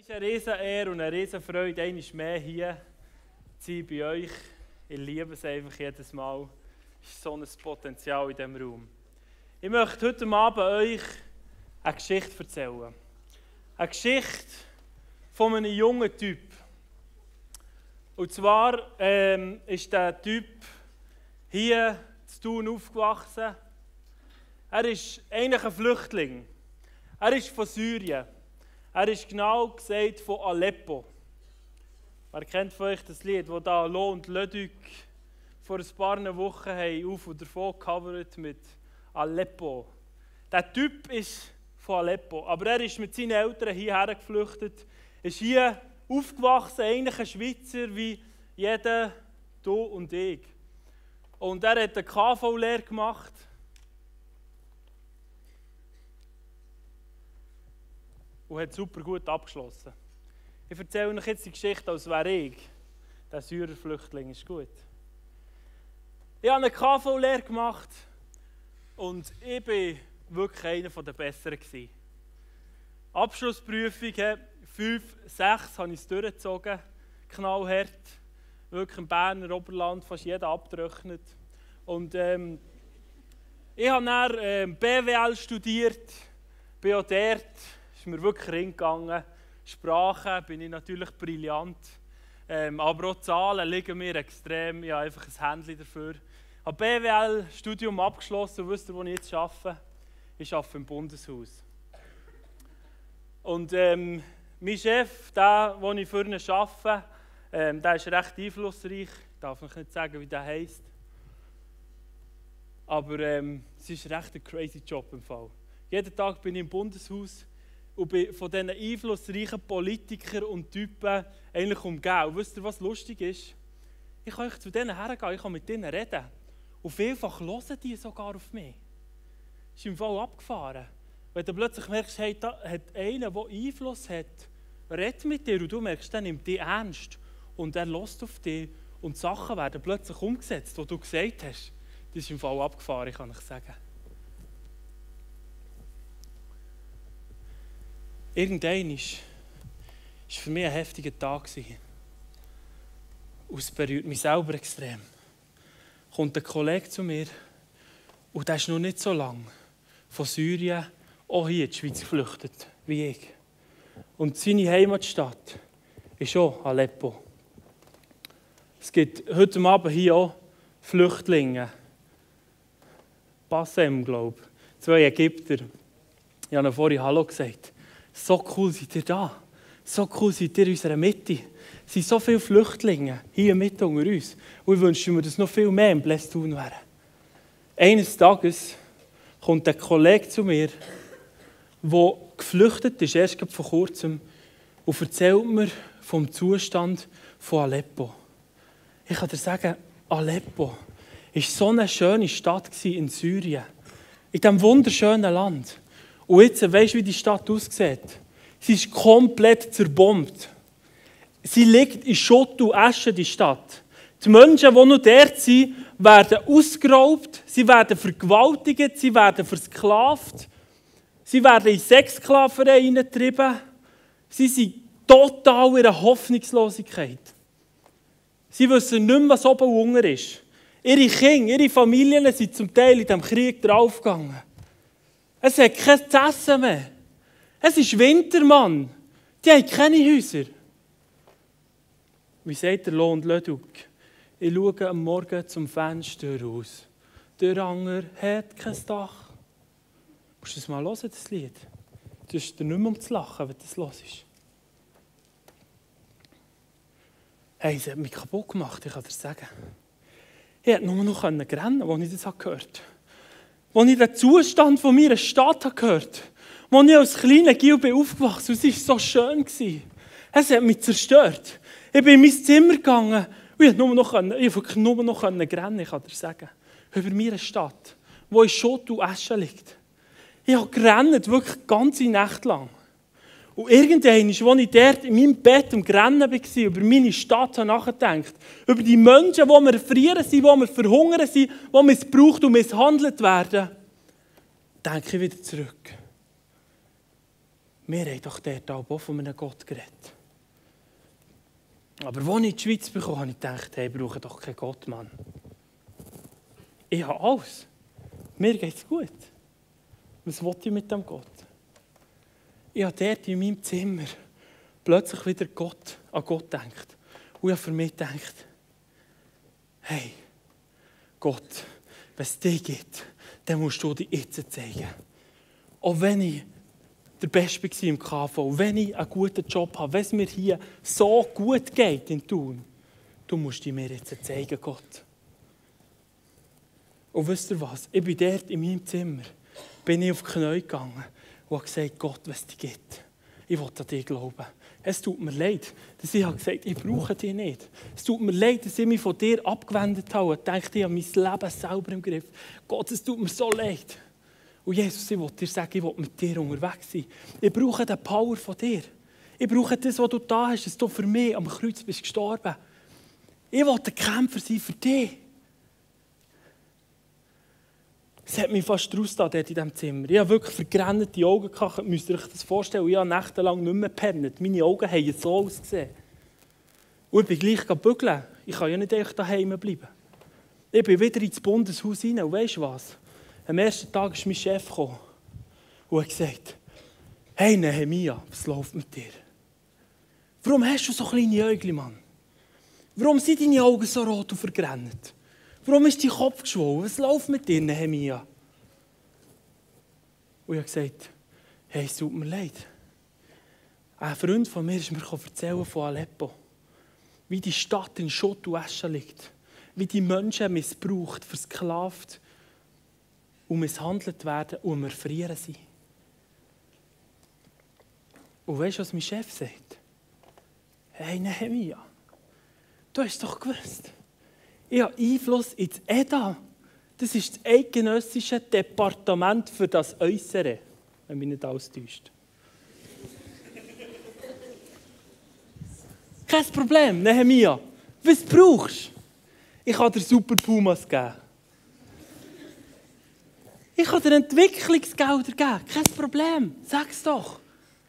ist eine riesen Ehre und eine riesen Freude, einmal mehr hier zu sein bei euch. Ich liebe es einfach jedes Mal. Es ist so ein Potenzial in diesem Raum. Ich möchte heute Abend euch eine Geschichte erzählen. Eine Geschichte von einem jungen Typ. Und zwar ist der Typ hier in Thun aufgewachsen. Er ist eigentlich ein Flüchtling. Er ist von Syrien. Er ist genau gesagt von Aleppo. Wer kennt von euch das Lied, das da Lo und Leduc vor ein paar Wochen haben auf und davon gecovert mit Aleppo. Der Typ ist von Aleppo, aber er ist mit seinen Eltern hierher geflüchtet, ist hier aufgewachsen, eigentlich ein Schweizer wie jeder, du und ich. Und er hat eine KV-Lehre gemacht. Und hat super gut abgeschlossen. Ich erzähle euch jetzt die Geschichte, als wäre ich der Syrerflüchtling. Ist gut. Ich habe eine KV-Lehre gemacht und ich war wirklich einer der Besseren. Abschlussprüfung 5, 6 habe ich es durchgezogen, knallhart. Wirklich im Berner Oberland fast jeder abgerechnet. Und ich habe dann BWL studiert, bin auch dort. Ist mir wirklich reingegangen. Sprachen bin ich natürlich brillant. Aber auch Zahlen liegen mir extrem. Ich habe einfach ein Händchen dafür. Ich habe BWL-Studium abgeschlossen und wisst ihr, wo ich jetzt arbeite? Ich arbeite im Bundeshaus. Und mein Chef, der, wo ich für ihn arbeite, der ist recht einflussreich. Ich darf noch nicht sagen, wie der heisst. Aber es ist recht ein crazy Job im Fall. Jeden Tag bin ich im Bundeshaus und bin von diesen einflussreichen Politikern und Typen eigentlich umgeben. Und wisst ihr, was lustig ist? Ich kann zu denen hergehen, ich kann mit denen reden. Und vielfach hören die sogar auf mich. Das ist im Fall abgefahren. Wenn du plötzlich merkst, hey, da hat einer, der Einfluss hat, redet mit dir und du merkst, der nimmt dich ernst. Und er hört auf dich und Sachen werden plötzlich umgesetzt, die du gesagt hast. Das ist im Fall abgefahren, kann ich sagen. Irgendwann war für mich ein heftiger Tag. Und es berührt mich selber extrem. Kommt ein Kollege zu mir und der ist noch nicht so lange von Syrien auch hier in die Schweiz geflüchtet, wie ich. Und seine Heimatstadt ist auch Aleppo. Es gibt heute Abend hier auch Flüchtlinge. Bassem, glaube ich. 2 Ägypter. Ich habe vorhin Hallo gesagt. So cool seid ihr da. So cool seid ihr in unserer Mitte. Es sind so viele Flüchtlinge hier mit unter uns. Und ich wünsche mir, dass noch viel mehr im Bless Thun wären. Eines Tages kommt ein Kollege zu mir, der geflüchtet ist, erst vor kurzem, und erzählt mir vom Zustand von Aleppo. Ich kann dir sagen, Aleppo war so eine schöne Stadt in Syrien. In diesem wunderschönen Land. Und jetzt, weisst du, wie die Stadt aussieht? Sie ist komplett zerbombt. Sie liegt in Schutt und Asche, die Stadt. Die Menschen, die noch dort sind, werden ausgeraubt, sie werden vergewaltigt, sie werden versklavt, sie werden in Sexsklaverei hineingetrieben. Sie sind total in einer Hoffnungslosigkeit. Sie wissen nicht mehr, was oben und unten ist. Ihre Kinder, ihre Familien sind zum Teil in diesem Krieg draufgegangen. Es hat kein Essen mehr. Es ist Winter, Mann. Die haben keine Häuser. Wie sagt der Lo und Leduc? Ich schaue am Morgen zum Fenster raus. Der Anger hat kein Dach. Musst du das mal hören, das Lied? Du hast dir nicht mehr um zu lachen, wenn du das hörst. Hey, es hat mich kaputt gemacht, ich kann dir sagen. Ich konnte nur noch rennen, als ich das gehört habe. Als ich den Zustand von meiner Stadt gehört habe, als ich als kleiner Gil aufgewachsen bin, es war so schön. Es hat mich zerstört. Ich bin in mein Zimmer gegangen und ich konnte nur noch rennen, ich kann dir sagen. Über meine Stadt, die in Schutt und Asche liegt. Ich habe gerannt, wirklich ganze Nacht lang. Und irgendwann, als ich dort in meinem Bett am Rennen war, über meine Stadt nachgedacht, über die Menschen, die wir frieren sind, die wir verhungern sind, die missbraucht und misshandelt werden, denke ich wieder zurück. wir haben doch dort auch von einem Gott geredet. Aber als ich in die Schweiz bekam, habe ich gedacht, hey, ich brauche doch keinen Gott, Mann. Ich habe alles. Mir geht es gut. Was will ich mit dem Gott? Ich habe dort in meinem Zimmer plötzlich wieder an Gott gedacht. Und ich habe für mich gedacht, hey, Gott, wenn es dich gibt, dann musst du dich jetzt zeigen. Auch wenn ich der Beste war im KV, wenn ich einen guten Job habe, wenn es mir hier so gut geht in Thun, du musst dich mir jetzt zeigen, Gott. Und wisst ihr was? Ich bin dort in meinem Zimmer, bin ich auf die Knie gegangen und habe gesagt, Gott, was es dich gibt, ich will an dich glauben. Es tut mir leid, dass ich gesagt habe, ich brauche dich nicht. Es tut mir leid, dass ich mich von dir abgewendet habe und dachte, ich habe mein Leben selber im Griff. Gott, es tut mir so leid. Und Jesus, ich will dir sagen, ich will mit dir unterwegs sein. Ich brauche die Power von dir. Ich brauche das, was du da hast, dass du für mich am Kreuz bist gestorben. Ich will der Kämpfer sein für dich. Es hat mich fast rausgetan dort in diesem Zimmer. Ich habe wirklich vergrennte Augen gehabt. Müsst ihr euch das vorstellen? Ich habe nächtelang nicht mehr gepennt. Meine Augen haben so ausgesehen. Und ich bin gleich bügeln. Ich kann ja nicht einfach daheim bleiben. Ich bin wieder ins Bundeshaus rein. Und weisst du was? Am ersten Tag ist mein Chef gekommen und hat gesagt, hey Nehemia, was läuft mit dir? Warum hast du so kleine Äugel, Mann? Warum sind deine Augen so rot und vergrenzt? Warum ist dein Kopf geschwollen? Was läuft mit dir, Nehemia? Und ich habe gesagt, hey, es tut mir leid. Ein Freund von mir ist mir erzählen von Aleppo, wie die Stadt in Schutt und Asche liegt, wie die Menschen missbraucht, versklavt und misshandelt werden und wir frieren sind. Und weißt du, was mein Chef sagt? Hey Nehemia, du hast doch gewusst, ich habe Einfluss ins EDA. Das ist das eidgenössische Departement für das Äußere, wenn mich nicht alles täuscht. Kein Problem, Nehemia. Was brauchst du? Ich kann dir Super Pumas geben. Ich kann dir Entwicklungsgelder geben. Kein Problem. Sag's doch.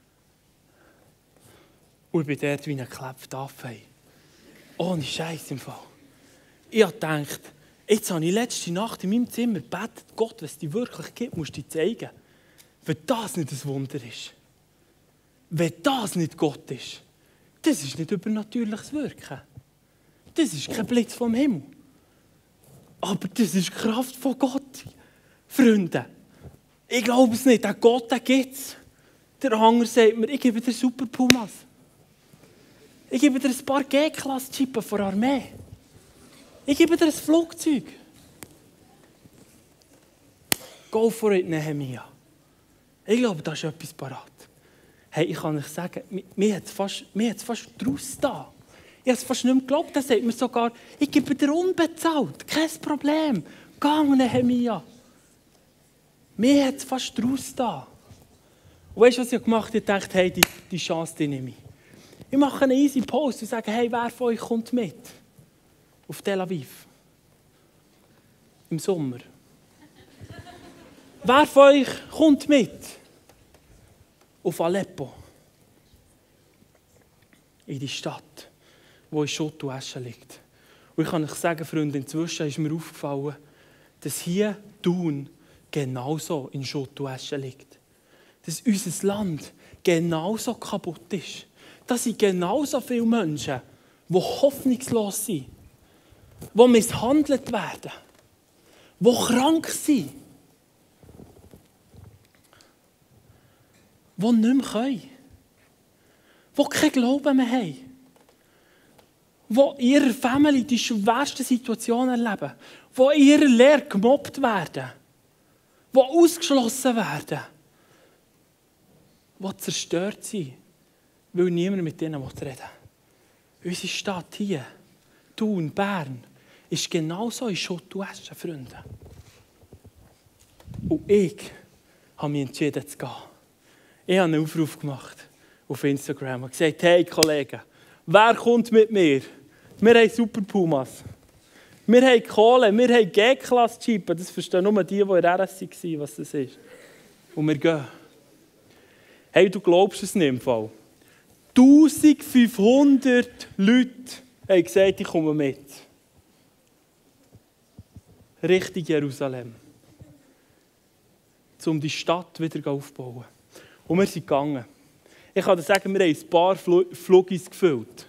Und ich bin dort wie ein geklappt Affe. Ohne Scheiß im Fall. Ich habe gedacht, jetzt habe ich letzte Nacht in meinem Zimmer gebetet, Gott, wenn es dich wirklich gibt, musst du dir zeigen. Wenn das nicht ein Wunder ist, wenn das nicht Gott ist, das ist nicht übernatürliches Wirken. Das ist kein Blitz vom Himmel. Aber das ist die Kraft von Gott. Freunde, ich glaube es nicht. Der Gott, den gibt es. Der Hanger sagt mir, ich gebe dir Super Pumas. Ich gebe dir ein paar G-Klasse-Chippen von der Armee. Ich gebe dir ein Flugzeug. Go for it, Nehemia. Ich glaube, da ist etwas parat. Hey, ich kann euch sagen, mir hat es fast draus da. Ich habe es fast nicht mehr geglaubt. Da sagt mir sogar, ich gebe dir unbezahlt. Kein Problem. Gang, Nehemia. Mir hat es fast draus da. Und weißt du, was ich gemacht habe? Ich dachte, hey, die Chance die nehme ich. Ich mache einen easy Post und sage, hey, wer von euch kommt mit? Auf Tel Aviv. Im Sommer. Wer von euch kommt mit? Auf Aleppo. In die Stadt, wo in Schutt und Asche liegt. Und ich kann euch sagen, Freunde, inzwischen ist mir aufgefallen, dass hier Thun genauso in Schutt und Asche liegt. Dass unser Land genauso kaputt ist. Das sind genauso viele Menschen, die hoffnungslos sind, die misshandelt werden, die krank sind, die nicht mehr können, die keinen Glauben mehr haben, die in ihrer Familie die schwersten Situationen erleben, die in ihrer Lehre gemobbt werden, die ausgeschlossen werden, die zerstört sind, weil niemand mit ihnen reden will. Unsere Stadt hier, Thun, Bern, ist genauso in Schutt und Asche, Freunde. Und ich habe mich entschieden zu gehen. Ich habe einen Aufruf gemacht auf Instagram und gesagt, hey Kollegen, wer kommt mit mir? Wir haben Super Pumas. Wir haben Kohle, wir haben G-Klasse-Chippen. Das verstehen nur die in der RS waren, was das ist. Und wir gehen. Hey, du glaubst es nicht im Fall. 1500 Leute haben gesagt, ich komme mit. Richtung Jerusalem. Um die Stadt wieder aufzubauen. Und wir sind gegangen. Ich kann dir sagen, wir haben ein paar Flugis gefüllt.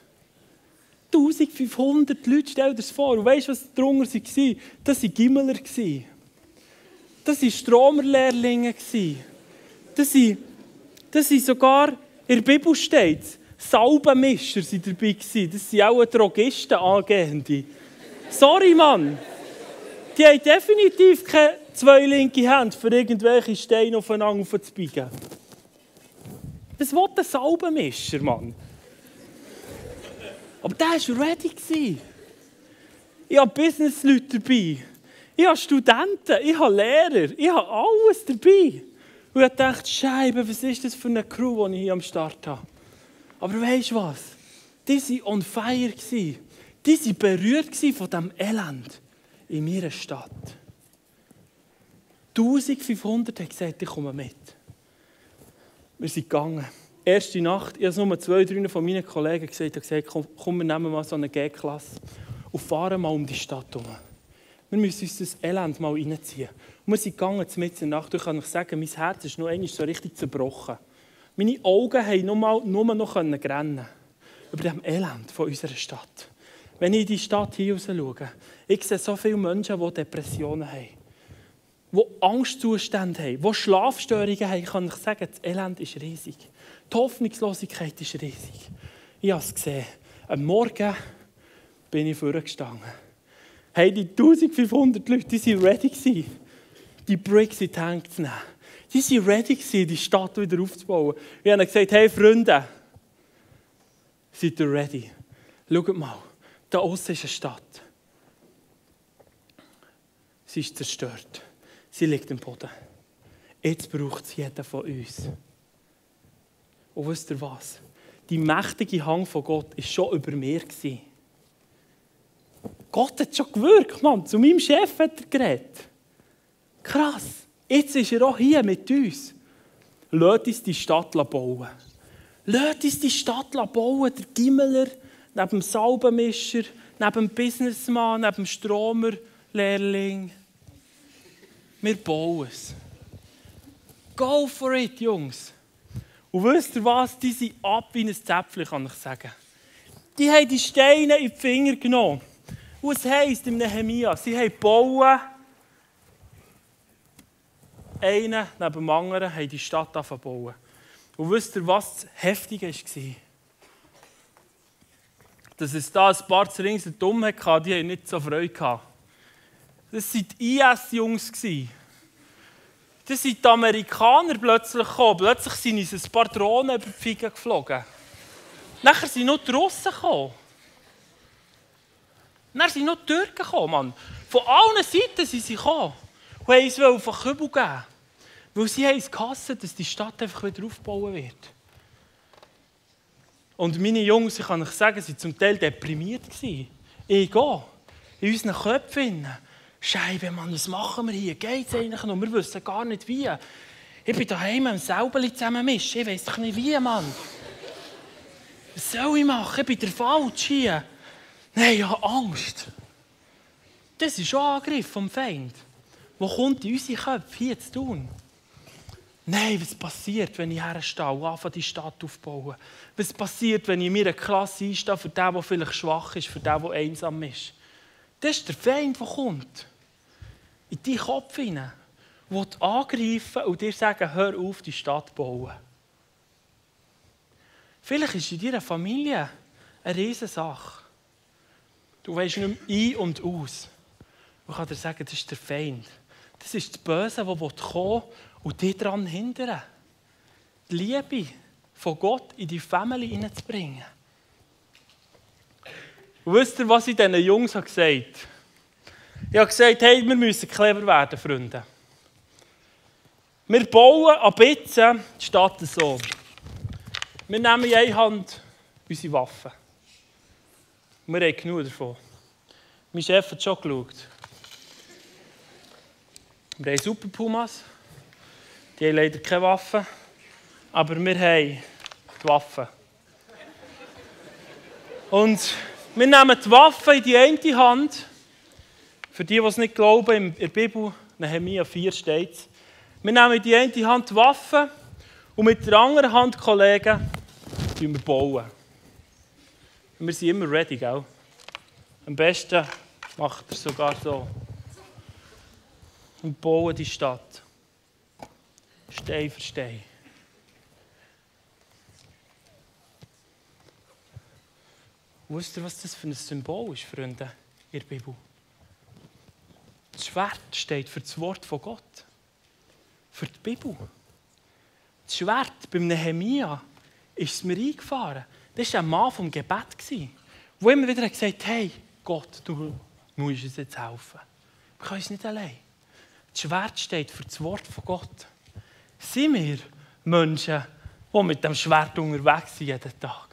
1500 Leute, stell dir das vor. Und weißt du, was darunter waren? Das waren Gimmeler. Das waren Stromerlehrlinge. Das sind sogar, in der Bibel steht, Salbenmischer waren dabei. Das sind auch Drogisten angehende. Sorry, Mann. Die haben definitiv keine 2 linke Hände, für irgendwelche Steine aufeinander aufzubiegen. Was will ein Salbenmischer, Mann? Aber der war ready. Ich habe Businessleute dabei. Ich habe Studenten, ich habe Lehrer, ich habe alles dabei. Und ich dachte, Scheibe, was ist das für eine Crew, die ich hier am Start habe? Aber weißt du was? Die waren on fire. Die waren berührt von diesem Elend in meiner Stadt. 1500 haben gesagt, ich komme mit. Wir sind gegangen. Erste Nacht, ich habe nur 2, 3 von meinen Kollegen gesagt, komm, wir nehmen mal so eine G-Klasse und fahren mal um die Stadt herum. Wir müssen uns das Elend mal reinziehen. Und wir sind gegangen mitten in der Nacht. Ich kann euch sagen, mein Herz ist noch einmal so richtig zerbrochen. Meine Augen haben nur noch rennen über dem Elend von unserer Stadt. Wenn ich in die Stadt hier raus schaue, ich sehe so viele Menschen, die Depressionen haben, die Angstzustände haben, die Schlafstörungen haben. Ich kann euch sagen, das Elend ist riesig. Die Hoffnungslosigkeit ist riesig. Ich habe es gesehen. Am Morgen bin ich vorgestanden. Hey, die 1500 Leute, die waren ready, die Bricks in die Hände zu nehmen. Die waren ready, die Stadt wieder aufzubauen. Wir haben gesagt, hey Freunde, seid ihr ready? Schaut mal, da aussen ist eine Stadt. Sie ist zerstört. Sie liegt am Boden. Jetzt braucht es jeden von uns. Und wisst ihr was? Die mächtige Hand von Gott war schon über mir. Gott hat schon gewirkt, Mann. Zu meinem Chef hat er geredet. Krass. Jetzt ist er auch hier mit uns. Lasst uns die Stadt bauen. Lasst uns die Stadt bauen. Der Gimmeler, neben dem Salbenmischer, neben dem Businessman, neben dem Stromerlehrling. Wir bauen es. Go for it, Jungs. Und wisst ihr was? Die sind ab wie ein Zäpfchen, kann ich sagen. Die haben die Steine in die Finger genommen. Und es heisst im Nehemia, sie haben gebaut, einen neben dem anderen haben die Stadt angefangen. Und wisst ihr, was das Heftige war? Dass es da ein paar ringsherum hatte, die haben nicht so Freude gehabt. Das waren die IS-Jungs. Das sind die Amerikaner plötzlich gekommen. Plötzlich sind uns ein paar Drohnen über die Finger geflogen. Nachher sind noch die Russen gekommen. Dann sind noch die Türken gekommen, Mann. Von allen Seiten sind sie gekommen und wollten uns auf den Kübel geben. Weil sie haben es gehasst, dass die Stadt einfach wieder aufgebaut wird. Und meine Jungs, ich kann euch sagen, sie waren zum Teil deprimiert. Ich gehe in unseren Köpfen. Scheibe, Mann, was machen wir hier? Geht es eigentlich noch? Wir wissen gar nicht wie. Ich bin daheim am Säubeli zusammenmischen. Ich weiss doch nicht wie, Mann. Was soll ich machen? Ich bin der Falsch hier. Nein, ich habe Angst. Das ist schon ein Angriff vom Feind. Wo kommt in unsere Köpfe hier zu tun? Nein, was passiert, wenn ich herstehe und anfange, die Stadt aufzubauen? Was passiert, wenn ich in meiner Klasse einstehe für den, der vielleicht schwach ist, für den, der einsam ist? Das ist der Feind, der kommt. In deinen Kopf hinein. Der dich angreifen und dir sagen, hör auf, die Stadt zu bauen. Vielleicht ist in deiner Familie eine riesige Sache. Du weisst nicht mehr ein und aus. Ich kann dir sagen, das ist der Feind. Das ist das Böse, das kommen und dich daran hindern. Die Liebe von Gott in die Familie hineinzubringen. Und wisst ihr, was ich diesen Jungs gesagt habe? Ich habe gesagt, hey, wir müssen clever werden, Freunde. Wir bauen ab jetzt die Stadt so. Wir nehmen in eine Hand unsere Waffen. Wir haben genug davon. Mein Chef hat schon geschaut. Wir haben Super Pumas. Die haben leider keine Waffen. Aber wir haben die Waffen. Und wir nehmen die Waffen in die eine Hand. Für die es nicht glauben, in der Bibel, Nehemia 4 steht es. Wir nehmen in die eine Hand die Waffen und mit der anderen Hand, Kollegen, wir bauen. Und wir sind immer ready, gell? Am besten macht er sogar so. Und bauen die Stadt. Stein für Stein. Wisst ihr, was das für ein Symbol ist, Freunde, in der Bibel? Das Schwert steht für das Wort von Gott. Für die Bibel. Das Schwert beim Nehemia ist es mir eingefahren. Das war ein Mann vom Gebet, der immer wieder gesagt hat, hey, Gott, du musst uns jetzt helfen. Wir können es nicht allein. Das Schwert steht für das Wort von Gott. Sind wir Menschen, die mit dem Schwert unterwegs sind jeden Tag?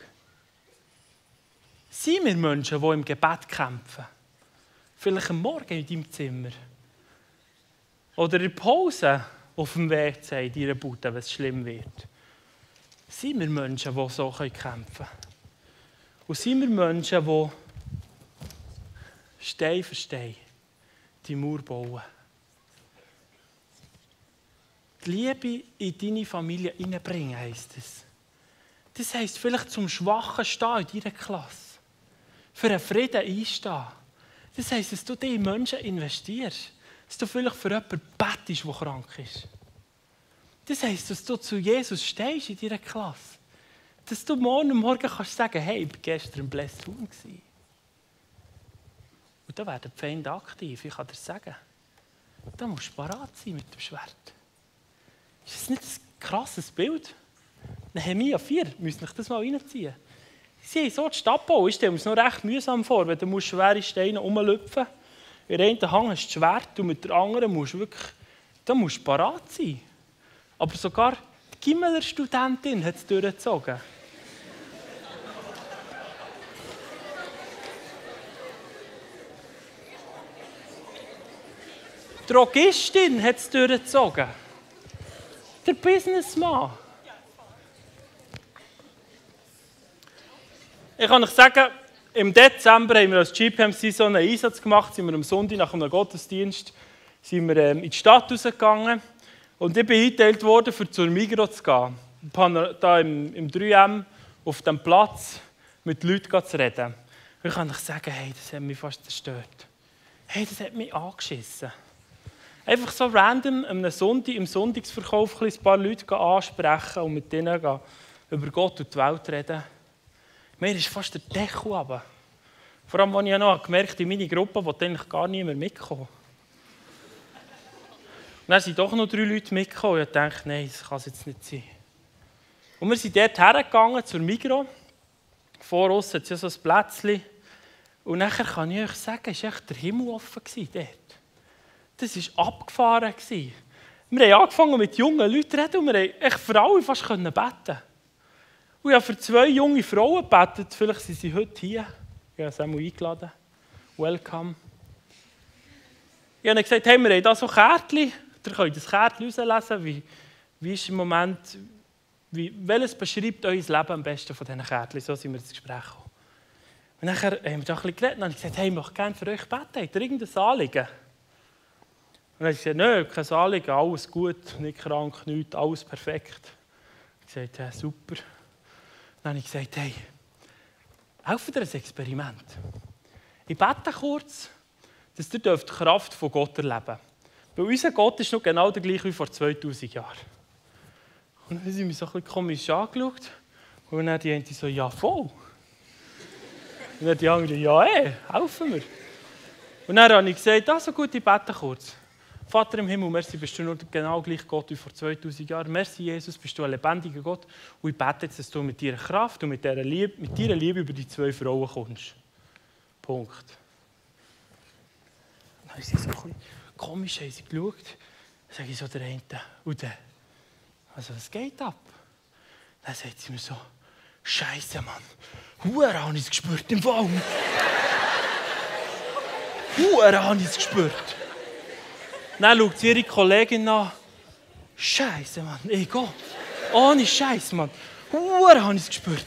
Sind wir Menschen, die im Gebet kämpfen? Vielleicht am Morgen in deinem Zimmer. Oder in der Pause auf dem Weg zu in deiner Bude, wenn es schlimm wird. Sind wir Menschen, die so kämpfen können? Und sind wir Menschen, die Stein für Stein die Mauer bauen? Die Liebe in deine Familie hineinbringen, heisst es. Das heisst vielleicht zum Schwachen stehen in deiner Klasse. Für einen Frieden einstehen. Das heisst, dass du dich in Menschen investierst. Dass du vielleicht für jemanden bettest, der krank ist. Das heisst, dass du zu Jesus stehst in deiner Klasse. Dass du morgen kannst sagen, hey, ich war gestern im Blästhun. Und da werden die Feinde aktiv, ich kann dir sagen. Da musst du parat sein mit dem Schwert. Ist das nicht ein krasses Bild? Nehemia 4, müsst ihr euch das mal reinziehen. Sie haben so die Stadt gebaut. Ich stelle mir es noch recht mühsam vor, wenn du schwere Steine rumlüpfen musst. In der einen Hand hast du das Schwert und mit der anderen musst du wirklich parat sein. Aber sogar die Gimmeler-Studentin hat es durchgezogen. Die Drogistin hat es durchgezogen. Der Businessman. Ich kann euch sagen, im Dezember haben wir als GPMC so einen Einsatz gemacht. Sind wir am Sonntag nach einem Gottesdienst in die Stadt rausgegangen. Und ich bin eingeteilt worden, um zur Migros zu gehen. Ich habe hier im 3M auf dem Platz mit Leuten zu reden. Und ich kann euch sagen, hey, das hat mich fast zerstört. Hey, das hat mich angeschissen. Einfach so random am Sonntag, im Sonntagsverkauf ein paar Leute ansprechen und mit denen über Gott und die Welt reden. Mir ist fast der Deckel runter. Vor allem, als ich noch gemerkt habe, in meiner Gruppe wollte eigentlich gar niemand mitkommen. Und dann sind doch noch 3 Leute mitgekommen und ich dachte, nein, das kann es jetzt nicht sein. Und wir sind dort hergegangen, zur Migros. Vor uns hat es ja so ein Plätzchen. Und nachher kann ich euch sagen, es war echt der Himmel offen dort. Das war abgefahren. Wir haben angefangen mit jungen Leuten zu reden und wir konnten echt für alle fast beten. Und ich habe für 2 junge Frauen gebetet, vielleicht sind sie heute hier. Ich habe sie einmal eingeladen. Welcome. Ich habe gesagt, hey, wir haben hier so Kärtchen. Ihr könnt das Kärtchen herauslesen, wie ist im Moment, welches beschreibt euer Leben am besten von diesen Kärtchen. So sind wir ins Gespräch gekommen. Und nachher haben wir da ein bisschen geredet und habe gesagt, hey, ich möchte gerne für euch beten. Habt ihr irgendein Anliegen? Und dann habe ich gesagt, nein, kein Anliegen, alles gut, nicht krank, nichts, alles perfekt. Ich habe gesagt, ja, super. Dann habe ich gesagt, hey, helft dir ein Experiment. Ich bete kurz, dass ihr die Kraft von Gott erleben dürft. Weil unser Gott ist noch genau der gleiche wie vor 2000 Jahren. Und dann haben sie mich so ein bisschen komisch angeschaut. Und dann die eine so, ja, voll. Und dann die andere, ja, helfen wir. Und dann habe ich gesagt, also gut, ich bete kurz. Vater im Himmel, merci, bist du nur genau gleich Gott wie vor 2000 Jahren. Merci, Jesus, bist du ein lebendiger Gott. Und ich bete jetzt, dass du mit deiner Kraft und mit deiner Liebe über die 2 Frauen kommst. Punkt. Dann haben sie so ein bisschen komisch haben sie geschaut. Dann sage ich so der eine, und dann, also was geht ab? Dann sagt sie mir so, Scheiße, Mann, Hure habe ich es gespürt im Fall. Hure habe ich es gespürt. Dann schaut sie ihre Kollegin an. Scheiße, Mann, ich gehe. Ohne Scheiß, Mann. Hure habe ich es gespürt.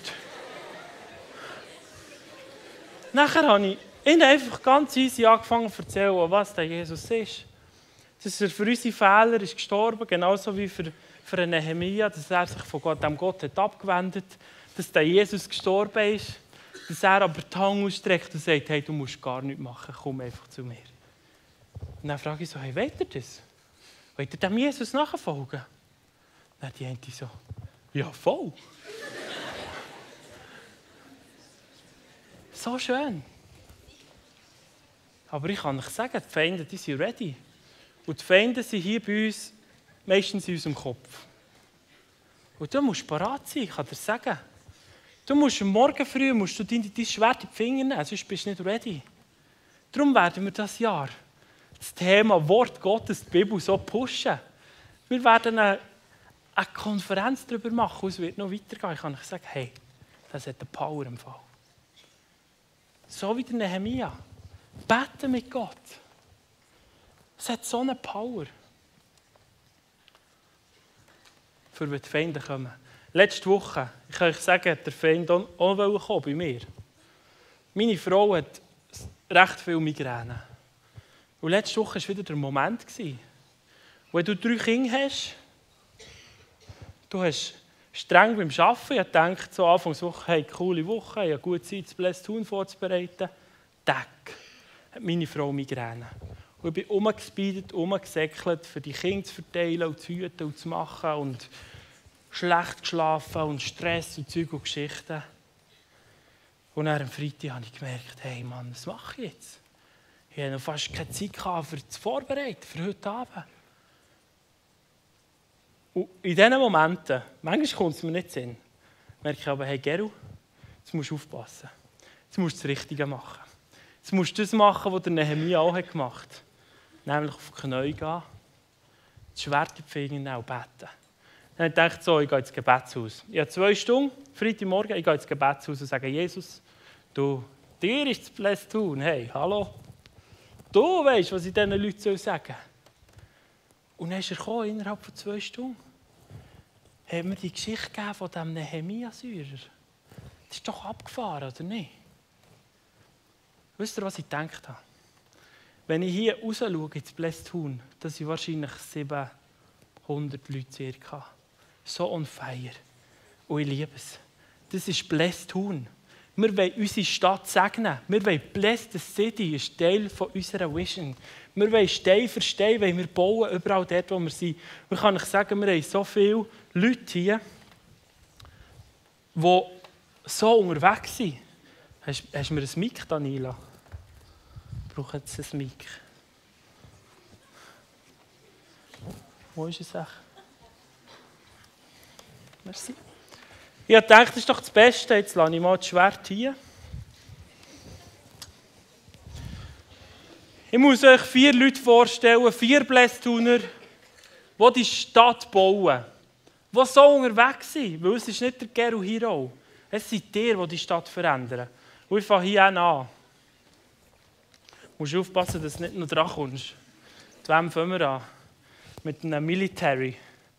Nachher habe ich ihnen einfach ganz easy angefangen zu erzählen, was der Jesus ist. Dass er für unsere Fehler ist gestorben, genauso wie für einen Nehemia, dass er sich von Gott, dem Gott hat abgewendet hat, dass der Jesus gestorben ist, dass er aber die Hand ausstreckt und sagt, hey, du musst gar nichts machen, komm einfach zu mir. Und dann frage ich so, hey, wollt ihr das? Wollt ihr dem Jesus nachfolgen? Dann die eine so, ja, voll. So schön. Aber ich kann euch sagen, die Feinde, die sind ready. Und die Feinde sind hier bei uns meistens in unserem Kopf. Und du musst parat sein, ich kann dir sagen. Du musst am Morgen früh dein Schwert in die Finger nehmen, sonst bist du nicht ready. Darum werden wir dieses Jahr das Thema Wort Gottes, die Bibel, so pushen. Wir werden eine Konferenz darüber machen und es wird noch weitergehen. Ich kann euch sagen, hey, das hat eine Power im Fall. So wie der Nehemia. Beten mit Gott. Es hat so eine Power. Für wenn die Feinde kommen. Letzte Woche, ich kann euch sagen, hat der Feind auch kommen bei mir. Meine Frau hat recht viel Migräne. Und letzte Woche war wieder der Moment, wo du 3 Kinder hast, du hast streng beim Arbeiten, ich dachte so Anfangswoche, hey, coole Woche, ich habe gute Zeit, das Blessed Tun vorzubereiten. Tack, hat meine Frau Migräne. Und ich bin umgespeedet, umgesäckelt, für die Kinder zu verteilen und zu hüten und zu machen und schlecht geschlafen und Stress und Zeug und Geschichten. Und dann am Freitag habe ich gemerkt, hey Mann, was mache ich jetzt? Ich hatte noch fast keine Zeit für das Vorbereiten, für heute Abend. Und in diesen Momenten, manchmal kommt es mir nicht in den Sinn, merke ich aber, hey Geru, jetzt musst du aufpassen. Jetzt musst du das Richtige machen. Jetzt musst du das machen, was der Nehemia auch gemacht hat. Nämlich auf die Knie gehen, das Schwert in die Finger nehmen und beten. Dann habe ich gedacht, so, ich gehe ins Gebetshaus. Ich habe 2 Stunden, Freitagmorgen, ich gehe ins Gebetshaus und sage, Jesus, du, dir ist das Blessed Tun. Hey, hallo? Du weißt, was ich diesen Leuten sagen soll. Und dann ist er gekommen, innerhalb von 2 Stunden. Hat mir die Geschichte gegeben von diesem Nehemia-Säurer. Das ist doch abgefahren, oder nicht? Wisst ihr, was ich gedacht habe? Wenn ich hier raus schaue, ins Blessed Tun, das sind wahrscheinlich 700 Leute circa. So on fire. Und ich liebe es. Das ist Blessed Tun. Wir wollen unsere Stadt segnen. Wir wollen Blessed City, ist Teil von unserer Vision. Wir wollen Stein für Stein wir bauen, überall dort, wo wir sind. Und ich kann euch sagen, wir haben so viele Leute hier, die so unterwegs sind. Hast du mir ein Mic, Daniela? Ich brauche jetzt ein Mic. Wo ist es? Merci. Ich dachte, das ist doch das Beste. Jetzt lasse ich mal das Schwert hier. Ich muss euch 4 Leute vorstellen, 4 Blessed Tuner, die die Stadt bauen. Die so unterwegs sind. Weil es ist nicht der Geru Hero. Es sind die die Stadt verändern. Und ich fange hier an. Du musst aufpassen, dass du nicht noch dran kommst. Zu wem fangen wir an? Mit einem Military.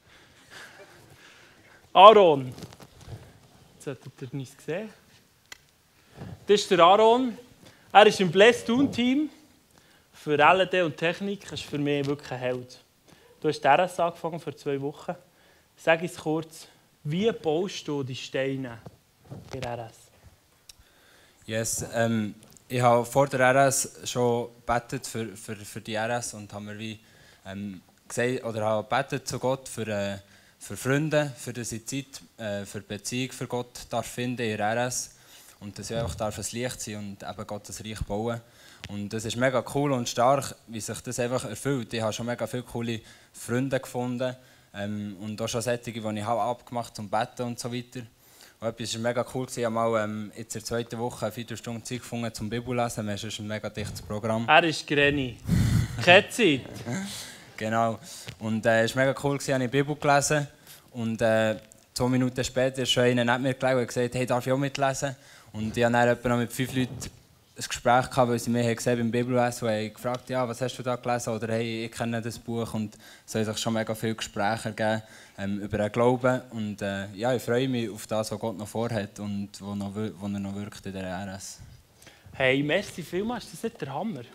Aaron. Jetzt solltet ihr nicht sehen. Das ist der Aaron. Er ist im Blessed Tun Team. Für LED und Technik ist für mich wirklich ein Held. Du hast RS angefangen vor 2 Wochen. Sag uns kurz, wie baust du die Steine bei RS? Yes, ich habe vor der RS schon gebetet für die RS und habe mir wie gesagt, oder habe gebetet zu Gott für Freunde, für dass ich Zeit für Beziehung für Gott darf finden in der RS und dass ich auch darf ein Licht sein und eben Gottes Reich bauen. Und das ist mega cool und stark, wie sich das einfach erfüllt. Ich habe schon mega viele coole Freunde gefunden und auch schon solche, die ich habe abgemacht zum Betten und so weiter. Und etwas war mega cool. Ich habe mal jetzt in der 2. Woche eine 4 Stunden Zeit gefunden zum Bibellesen. Das ist ein mega dichtes Programm. Er ist Granny. Keine Zeit. Genau. Und es war mega cool, ich habe die Bibel gelesen. Und 2 Minuten später ist schon einer neben mir gelegen und gesagt, hey, darf ich auch mitlesen? Und ich habe dann etwa noch mit 5 Leuten Gespräch gehabt, weil sie mir gesehen beim Bibellesen und haben gefragt, ja, was hast du da gelesen? Oder hey, ich kenne das Buch. Und es haben sich schon mega viele Gespräche ergeben über den Glauben. Und ja, ich freue mich auf das, was Gott noch vorhat und wo er noch wirkt in der RS. Hey, merci vielmals, das ist nicht der Hammer.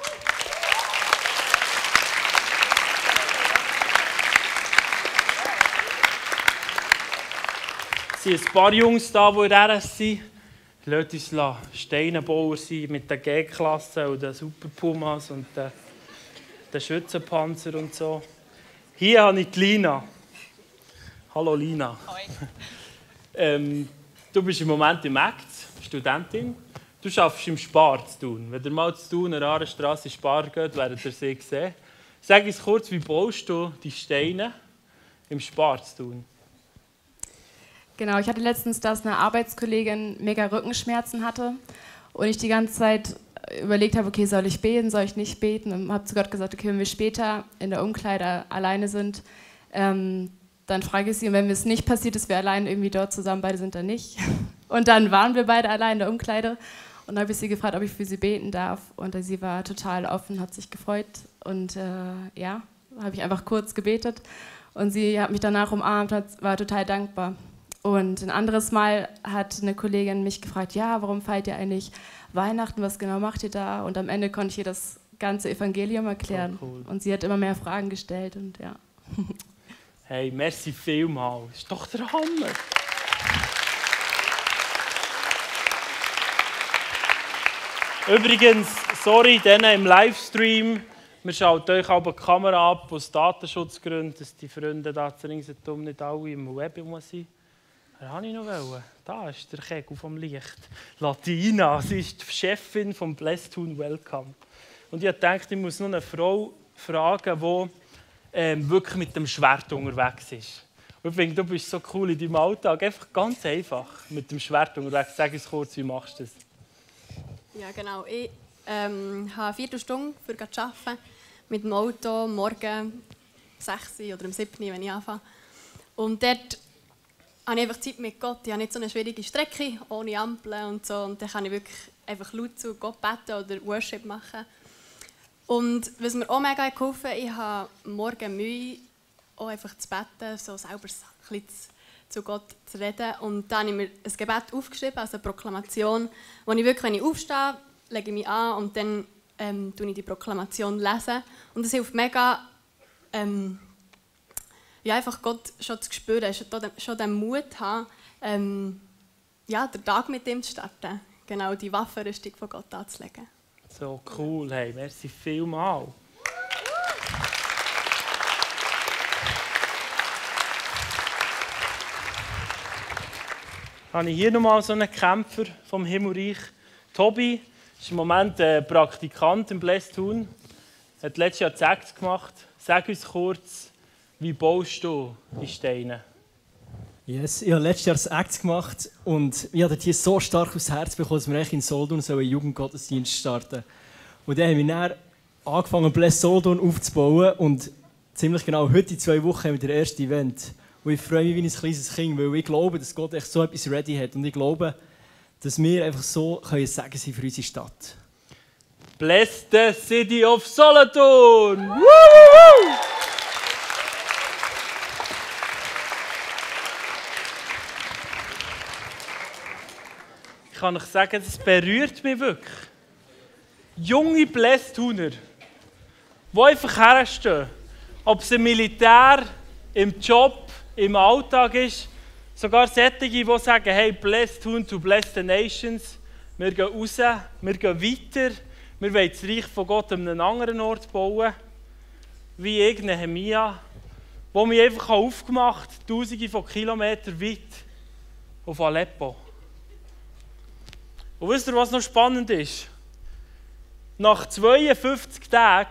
Es sind ein paar Jungs da, die in der RS sind. Lasst uns Steinebauer sein mit den G-Klassen und den Super Pumas und den Schützenpanzer und so. Hier habe ich die Lina. Hallo Lina. Hoi. Du bist im Moment im ACT, Studentin. Du arbeitest im Spar zu Thun. Wenn ihr mal zu Thun an der Aarestrasse in Spar geht, werdet ihr sie sehen. Sag uns kurz, wie baust du die Steine im Spar zu Thun? Genau, ich hatte letztens, dass eine Arbeitskollegin mega Rückenschmerzen hatte und ich die ganze Zeit überlegt habe, okay, soll ich beten, soll ich nicht beten, und habe zu Gott gesagt, okay, wenn wir später in der Umkleide alleine sind, dann frage ich sie, und wenn es nicht passiert, dass wir allein irgendwie dort zusammen beide sind, dann nicht. Und dann waren wir beide allein in der Umkleide und dann habe ich sie gefragt, ob ich für sie beten darf, und sie war total offen, hat sich gefreut und ja, habe ich einfach kurz gebetet und sie hat mich danach umarmt, war total dankbar. Und ein anderes Mal hat eine Kollegin mich gefragt, ja, warum feiert ihr eigentlich Weihnachten, was genau macht ihr da? Und am Ende konnte ich ihr das ganze Evangelium erklären. Oh, cool. Und sie hat immer mehr Fragen gestellt und ja. Hey, merci vielmals. Das ist doch der Hammer. Übrigens, sorry, denen im Livestream, wir schalten euch aber die Kamera ab aus Datenschutzgründen, dass die Freunde da zu ringsherum nicht alle im Web sind. Was wollte ich noch? Da ist der Kegel vom Licht. Latina, sie ist die Chefin vom Blessed Thun Welcome. Und ich dachte, ich muss noch eine Frau fragen, die wirklich mit dem Schwert unterwegs ist. Und ich finde, du bist so cool in deinem Alltag. Einfach ganz einfach mit dem Schwert unterwegs. Sag uns kurz, wie machst du das? Ja, genau. Ich habe 4 Stunden für zu arbeiten. Mit dem Auto morgen 6 oder 7 Uhr, wenn ich anfange. Und dort habe ich einfach Zeit mit Gott. Ich habe nicht so eine schwierige Strecke, ohne Ampeln und so. Und dann kann ich wirklich einfach laut zu Gott beten oder Worship machen. Und was mir auch mega geholfen hat, ich habe morgen Mühe, auch einfach zu beten, so selber ein bisschen zu Gott zu reden. Und dann habe ich mir ein Gebet aufgeschrieben, also eine Proklamation, wo ich wirklich, wenn ich aufstehe, lege ich mich an und dann lese ich die Proklamation. Und das hilft mega, ja, einfach Gott schon zu spüren, schon den Mut zu haben, ja, den Tag mit ihm zu starten. Genau, die Waffenrüstung von Gott anzulegen. So cool, hey, merci vielmals. Habe ich hier nochmal so einen Kämpfer vom Himmelreich. Tobi ist im Moment Praktikant im Blessed Thun. Er hat letztes Jahr das ACT gemacht. Sag uns kurz, wie baust du die Steine? Yes, ich habe letztes Jahr das ACT gemacht und ich habe hier so stark aufs Herz bekommen, dass wir in Solothurn einen Jugendgottesdienst starten. Und dann haben wir dann angefangen, Blessed Solothurn aufzubauen und ziemlich genau heute in 2 Wochen haben wir das erste Event. Und ich freue mich wie ein kleines Kind, weil ich glaube, dass Gott echt so etwas ready hat. Und ich glaube, dass wir einfach so können sagen sind für unsere Stadt. Bless the City of Solothurn! Woo! Ich kann euch sagen, das berührt mich wirklich. Junge Blessed Thuner, die einfach herstehen, ob es im Militär, im Job, im Alltag ist, sogar solche, die sagen, hey, Blessed Thun to bless the nations, wir gehen raus, wir gehen weiter, wir wollen das Reich von Gott an einem anderen Ort bauen, wie ich, Nehemia, wo mich einfach aufgemacht hat, tausende von Kilometern weit auf Aleppo. Und wisst ihr, was noch spannend ist? Nach 52 Tagen,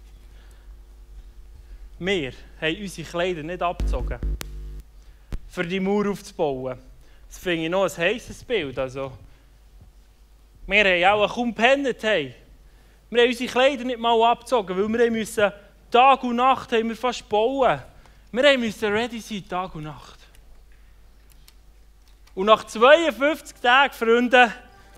wir haben unsere Kleider nicht abgezogen, für die Mauer aufzubauen. Das finde ich noch ein heisses Bild. Also, wir haben auch kaum gepennt. Wir haben unsere Kleider nicht mal abgezogen, weil wir müssen Tag und Nacht haben wir fast bauen. Wir mussten ready sein, Tag und Nacht. Und nach 52 Tagen, Freunde,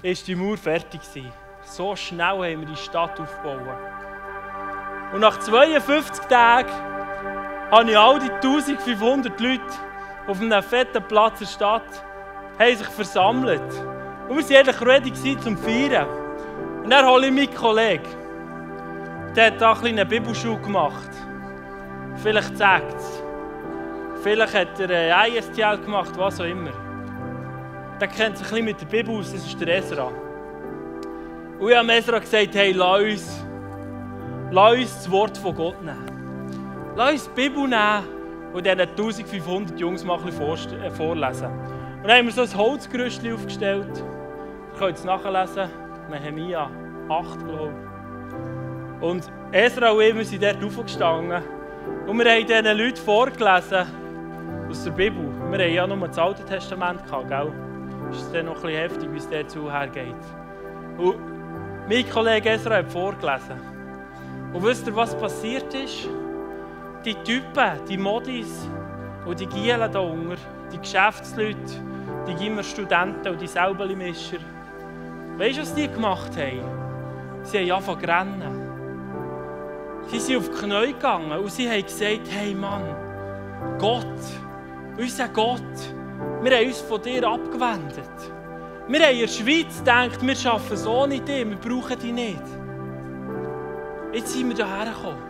ist die Mauer fertig gewesen. So schnell haben wir die Stadt aufgebaut. Und nach 52 Tagen habe ich all die 1500 Leute auf einem fetten Platz in der Stadt haben sich versammelt. Und wir waren eigentlich ready zum Feiern. Und dann hole ich meinen Kollegen. Der hat da eine Bibelschule gemacht. Vielleicht sagt es. Vielleicht hat er ISTL gemacht, was auch immer. Der kennt sich ein bisschen mit der Bibel aus, das ist der Ezra. Und ich habe Ezra gesagt, hey, lass uns das Wort von Gott nehmen. Lass uns die Bibel nehmen und diesen 1500 Jungs mal ein bisschen vorlesen. Und dann haben wir so ein Holzgerüst aufgestellt. Ihr könnt es nachlesen. Nehemia 8, glaube ich. Und Ezra und ich, wir sind dort aufgestanden. Und wir haben diesen Leuten vorgelesen aus der Bibel. Wir hatten ja nur das Alte Testament gehabt, gell? Das ist dann noch ein bisschen heftig, wie es dazu hergeht. Und mein Kollege Ezra hat vorgelesen. Und wisst ihr, was passiert ist? Die Typen, die Modis und die Gielen da unten, die Geschäftsleute, die Gimmerstudenten und die Säubeli-Mischer, weißt du, was die gemacht haben? Sie haben angefangen zu rennen. Sie sind auf die Knie gegangen und sie haben gesagt, hey Mann, Gott, unser Gott, wir haben uns von dir abgewendet. Wir haben in der Schweiz gedacht, wir schaffen es ohne dich, wir brauchen dich nicht. Jetzt sind wir hierher gekommen.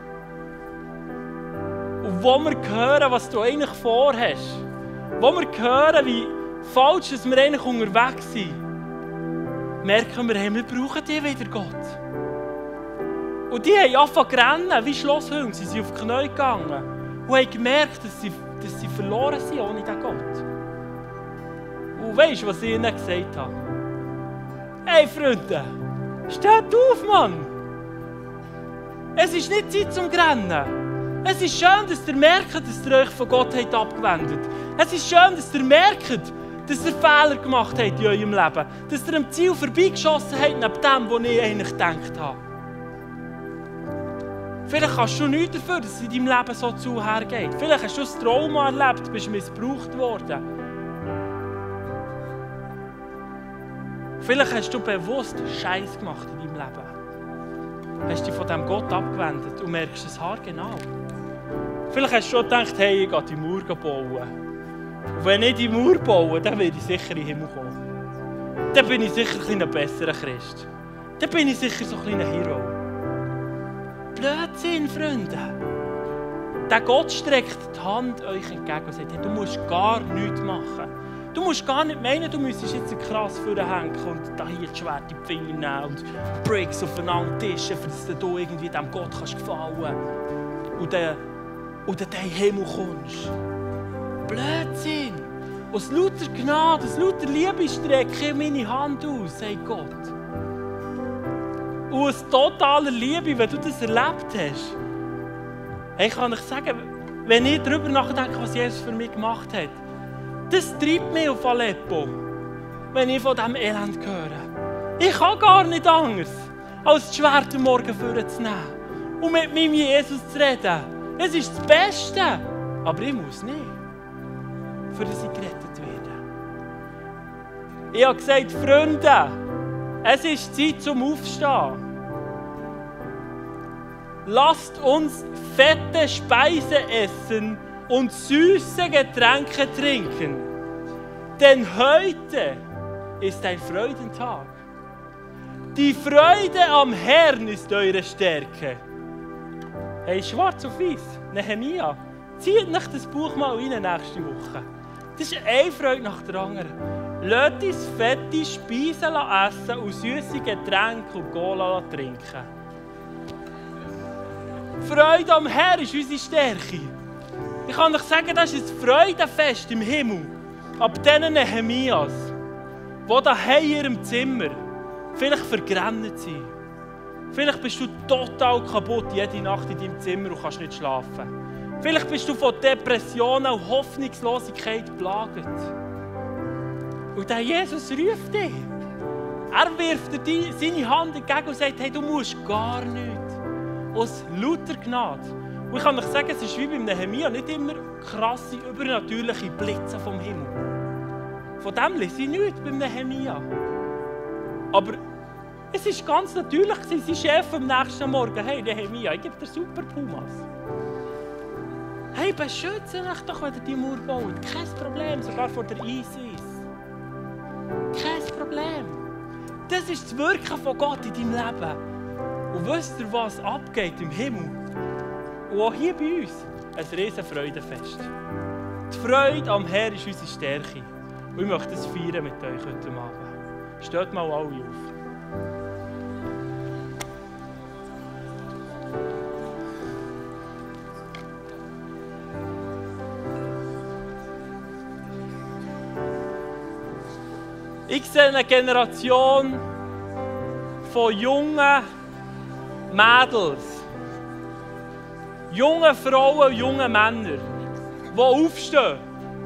Und wo wir hören, was du eigentlich vorhast, wo wir hören, wie falsch wir eigentlich unterwegs sind, merken wir, hey, wir brauchen dich wieder, Gott. Und die haben angefangen zu rennen, wie Schlosshunde. Sie sind auf die Knie gegangen und haben gemerkt, dass sie verloren sind ohne diesen Gott. Und weißt du, was ich ihnen gesagt habe? Hey Freunde, steht auf, Mann! Es ist nicht Zeit zum Rennen. Es ist schön, dass ihr merkt, dass ihr euch von Gott abgewendet habt. Es ist schön, dass ihr merkt, dass ihr Fehler gemacht habt in eurem Leben. Dass ihr am Ziel vorbeigeschossen habt, neben dem, was ich eigentlich gedacht habe. Vielleicht kannst du nichts dafür, dass es in deinem Leben so zuhergeht. Vielleicht hast du ein Trauma erlebt, bist missbraucht worden. Vielleicht hast du bewusst Scheiß gemacht in deinem Leben. Hast dich von diesem Gott abgewendet und merkst es haargenau. Vielleicht hast du schon gedacht, hey, ich gehe die Mauer bauen. Und wenn ich die Mauer baue, dann werde ich sicher in den Himmel kommen. Dann bin ich sicher ein besserer Christ. Dann bin ich sicher so ein kleiner Hero. Blödsinn, Freunde. Der Gott streckt die Hand euch entgegen und sagt, hey, du musst gar nichts machen. Du musst gar nicht meinen, du müsstest jetzt krass vorhängen und da hier das Schwert in die Finger nehmen und Bricks aufeinander tischen, damit du irgendwie dem Gott kannst gefallen und dann in den Himmel kommst. Blödsinn! Aus lauter Gnade, aus lauter Liebe strecke ich meine Hand aus, sagt Gott. Und aus totaler Liebe, wenn du das erlebt hast, hey, kann ich sagen, wenn ich darüber nachdenke, was Jesus für mich gemacht hat, das treibt mich auf Aleppo, wenn ich von diesem Elend höre. Ich kann gar nicht anders, als das Schwert am Morgen vorzunehmen und mit meinem Jesus zu reden. Es ist das Beste, aber ich muss nicht, für dass ich gerettet werde. Ich habe gesagt, Freunde, es ist Zeit zum Aufstehen. Lasst uns fette Speise essen und süße Getränke trinken. Denn heute ist ein Freudentag. Die Freude am Herrn ist eure Stärke. Hey, schwarz auf weiß, Nehemia, zieht euch das Buch mal rein nächste Woche. Das ist eine Freude nach der anderen. Lasst uns fette Speisen essen und süße Getränke und Cola trinken. Freude am Herrn ist unsere Stärke. Ich kann euch sagen, das ist ein Freudenfest im Himmel. Ab diesen Nehemias, die daheim in ihrem Zimmer vielleicht vergrenzt sind. Vielleicht bist du total kaputt jede Nacht in deinem Zimmer und kannst nicht schlafen. Vielleicht bist du von Depressionen und Hoffnungslosigkeit geplagt. Und der Jesus ruft dich. Er wirft dir seine Hand entgegen und sagt, hey, du musst gar nichts. Aus lauter Gnade. Und ich kann euch sagen, es ist wie beim Nehemia nicht immer krasse, übernatürliche Blitze vom Himmel. Von dem lese ich nichts beim Nehemia. Aber es war ganz natürlich, sein Chef am nächsten Morgen, hey Nehemia, ich gebe dir super Pumas. Hey, beschütze euch doch, wenn ihr die Mauer baut. Kein Problem, sogar vor der ISIS. Kein Problem. Das ist das Wirken von Gott in deinem Leben. Und wisst ihr, was abgeht im Himmel? Und auch hier bei uns, ein riesen Freudenfest. Die Freude am Herrn ist unsere Stärke. Und ich möchte das feiern mit euch heute Abend. Steht mal alle auf. Ich sehe eine Generation von jungen Mädels, jungen Frauen und jungen Männern, die aufstehen.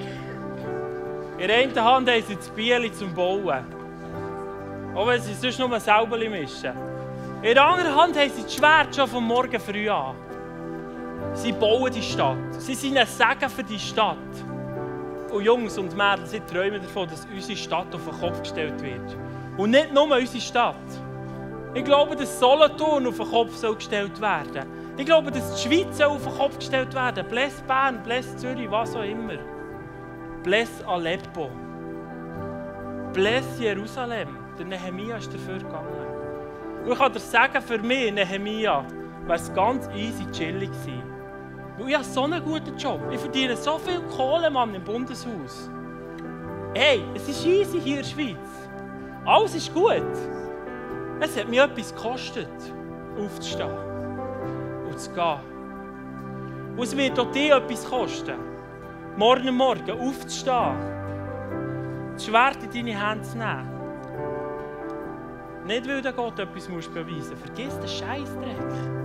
In der einen Hand haben sie das Bieli zum Bauen, auch wenn sie sonst nur selber mischen. In der anderen Hand haben sie das Schwert schon vom Morgen früh an. Sie bauen die Stadt. Sie sind ein Segen für die Stadt. Und Jungs und Mädels, sie träumen davon, dass unsere Stadt auf den Kopf gestellt wird. Und nicht nur unsere Stadt. Ich glaube, dass Solothurn auf den Kopf gestellt werden soll. Ich glaube, dass die Schweiz auf den Kopf gestellt werden soll. Bless Bern, bless Zürich, was auch immer. Bless Aleppo. Bless Jerusalem. Der Nehemia ist dafür gegangen. Und ich kann dir sagen, für mich, Nehemia, wäre es ganz easy chillig gewesen. Weil ich habe so einen guten Job. Ich verdiene so viel Kohle, Mann, im Bundeshaus. Hey, es ist easy hier in der Schweiz. Alles ist gut. Es hat mir etwas gekostet, aufzustehen und zu gehen. Und es wird auch dir etwas kosten. Morgen aufzustehen, das Schwert in deine Hände zu nehmen. Nicht, weil der Gott etwas beweisen muss. Vergiss den Scheissdreck.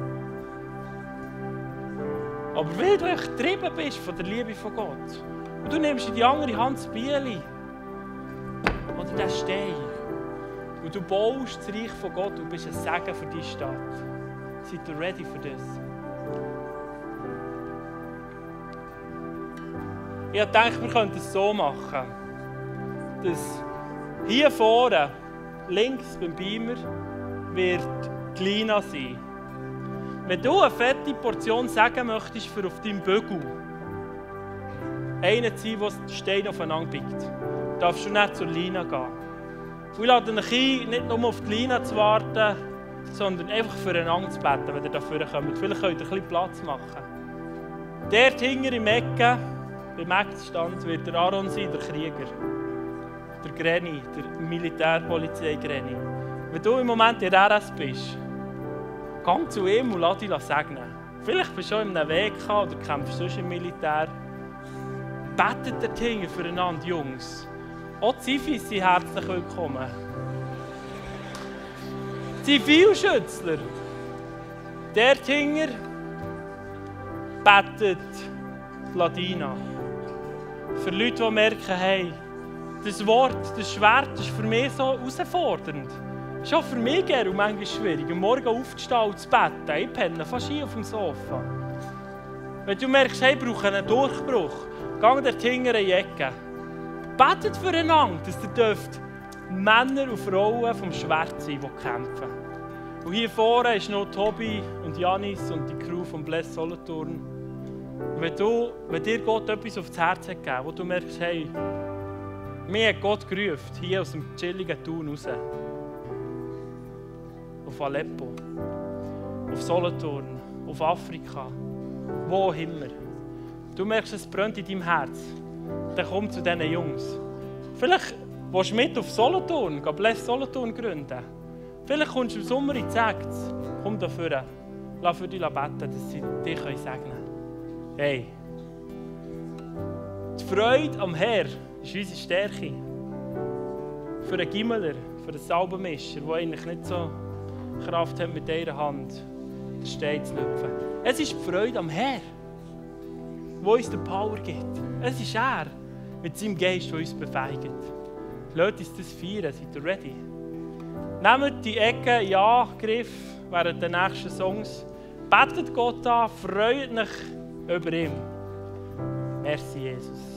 Aber weil du getrieben bist von der Liebe von Gott und du nimmst in die andere Hand das Bieli oder den Stein und du baust das Reich von Gott und bist ein Segen für deine Stadt. Seid ihr ready für das? Ich dachte, wir könnten es so machen, dass hier vorne, links beim Beamer, wird die Lina sein. Wenn du eine fette Portion sagen möchtest für auf deinem Bügel, einen sein, der den Stein aufeinander biegt, darfst du nicht zur Lina gehen. Ich lade euch ein, nicht nur auf die Lina zu warten, sondern einfach füreinander zu beten, wenn ihr dafür kommt. Vielleicht könnt ihr ein bisschen Platz machen. Dort hinten im Ecke, beim Eckstand, wird der Aaron sein, der Krieger. Der Granny, der Militärpolizei Granny. Wenn du im Moment in der RS bist, geh zu ihm und lass dich segnen. Vielleicht bist du schon in einem Weg oder kämpfst sonst im Militär. Betet dort hinten füreinander, Jungs. Auch die Zifis sind herzlich willkommen. Zivilschützler. Dort hinten betet Ladina. Für Leute, die merken, hey, das Wort, das Schwert ist für mich so herausfordernd. Es ist auch für mich und manchmal schwierig, am Morgen aufzustehen und zu beten. Ich penne fast hier auf dem Sofa. Wenn du merkst, hey, ich brauche einen Durchbruch, geh dort hinten in die Ecke. Betet füreinander, dass ihr dürft Männer und Frauen vom Schwert sein, die kämpfen. Und hier vorne ist noch Tobi und Janis und die Crew von Bless Solothurn. Und wenn dir Gott etwas aufs Herz hat gegeben, wo du merkst, hey, mir hat Gott gerufen, hier aus dem chilligen Thun raus. Auf Aleppo, auf Solothurn, auf Afrika, wo auch immer. Du merkst, es brennt in deinem Herz. Dann komm zu diesen Jungs. Vielleicht willst du mit auf Solothurn, Bless Solothurn gründen. Vielleicht kommst du im Sommer in die Sekts. Komm dafür. Lass für dich beten, dass sie dich segnen können. Hey, die Freude am Herrn ist unsere Stärke. Für einen Gimmeler, für einen Salbenmischer, der eigentlich nicht so Kraft hat, mit dieser Hand den Stein zu lüpfen. Es ist die Freude am Herrn, die uns die Power gibt. Es ist er mit seinem Geist, der uns befähigt. Lasst uns das feiern. Seid ihr ready? Nehmt die Ecke in Angriff während der nächsten Songs. Betet Gott an, freut euch über ihn. Merci, Jesus.